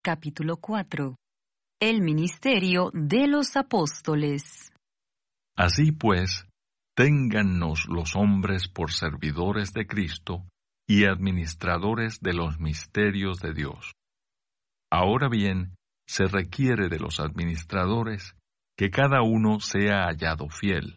Capítulo 4. El ministerio de los apóstoles. Así pues, téngannos los hombres por servidores de Cristo y administradores de los misterios de Dios. Ahora bien, se requiere de los administradores que cada uno sea hallado fiel.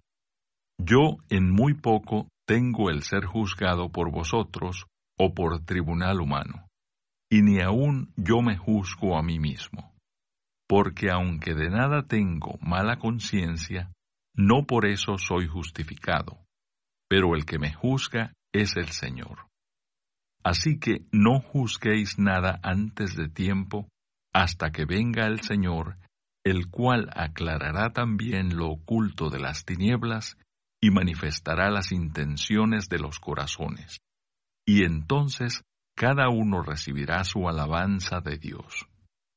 Yo en muy poco tengo el ser juzgado por vosotros o por tribunal humano, y ni aun yo me juzgo a mí mismo. Porque aunque de nada tengo mala conciencia, no por eso soy justificado, pero el que me juzga es el Señor. Así que no juzguéis nada antes de tiempo, hasta que venga el Señor, el cual aclarará también lo oculto de las tinieblas y manifestará las intenciones de los corazones. Y entonces cada uno recibirá su alabanza de Dios.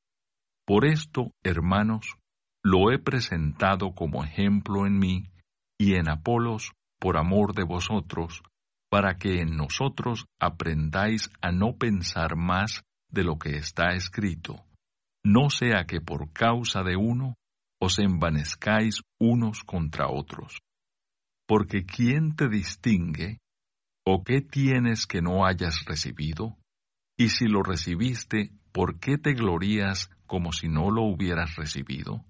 Por esto, hermanos, lo he presentado como ejemplo en mí y en Apolos por amor de vosotros, para que en nosotros aprendáis a no pensar más de lo que está escrito, no sea que por causa de uno os envanezcáis unos contra otros. Porque ¿quién te distingue? ¿O qué tienes que no hayas recibido? Y si lo recibiste, ¿por qué te glorías como si no lo hubieras recibido?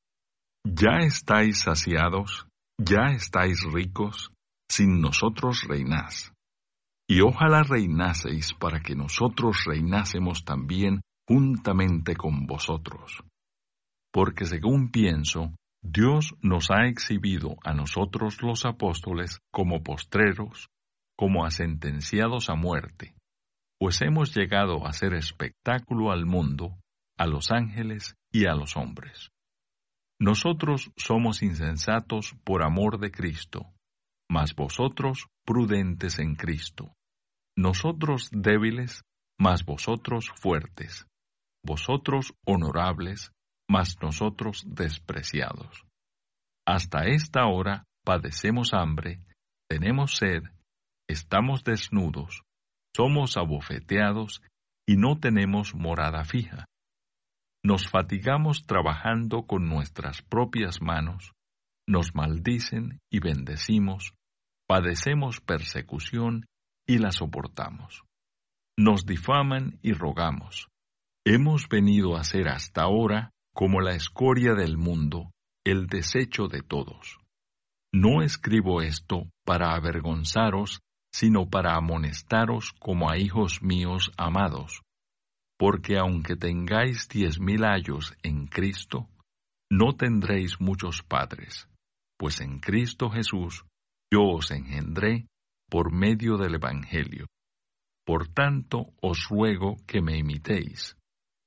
Ya estáis saciados, ya estáis ricos, sin nosotros reinás. Y ojalá reinaseis para que nosotros reinásemos también juntamente con vosotros. Porque según pienso, Dios nos ha exhibido a nosotros los apóstoles como postreros, como a sentenciados a muerte, pues hemos llegado a ser espectáculo al mundo, a los ángeles y a los hombres. Nosotros somos insensatos por amor de Cristo, mas vosotros prudentes en Cristo. Nosotros débiles, mas vosotros fuertes. Vosotros honorables, mas nosotros despreciados. Hasta esta hora padecemos hambre, tenemos sed, estamos desnudos, somos abofeteados y no tenemos morada fija. Nos fatigamos trabajando con nuestras propias manos, nos maldicen y bendecimos, padecemos persecución y la soportamos. Nos difaman y rogamos. Hemos venido a ser hasta ahora como la escoria del mundo, el desecho de todos. No escribo esto para avergonzaros, sino para amonestaros como a hijos míos amados. Porque aunque tengáis 10,000 años en Cristo, no tendréis muchos padres, pues en Cristo Jesús yo os engendré por medio del Evangelio. Por tanto os ruego que me imitéis.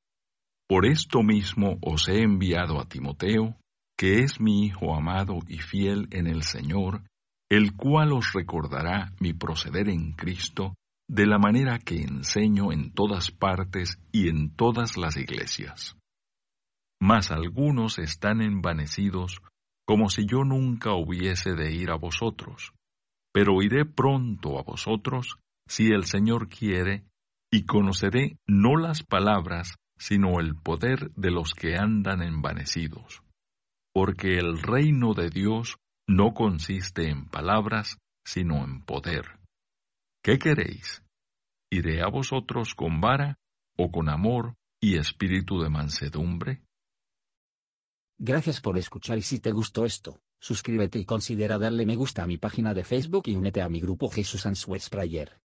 Por esto mismo os he enviado a Timoteo, que es mi hijo amado y fiel en el Señor, el cual os recordará mi proceder en Cristo, de la manera que enseño en todas partes y en todas las iglesias. Mas algunos están envanecidos, como si yo nunca hubiese de ir a vosotros. Pero iré pronto a vosotros, si el Señor quiere, y conoceré no las palabras, sino el poder de los que andan envanecidos. Porque el reino de Dios no consiste en palabras, sino en poder. ¿Qué queréis? ¿Iré a vosotros con vara, o con amor y espíritu de mansedumbre? Gracias por escuchar y si te gustó esto, suscríbete y considera darle me gusta a mi página de Facebook y únete a mi grupo Jesús Answers Prayer.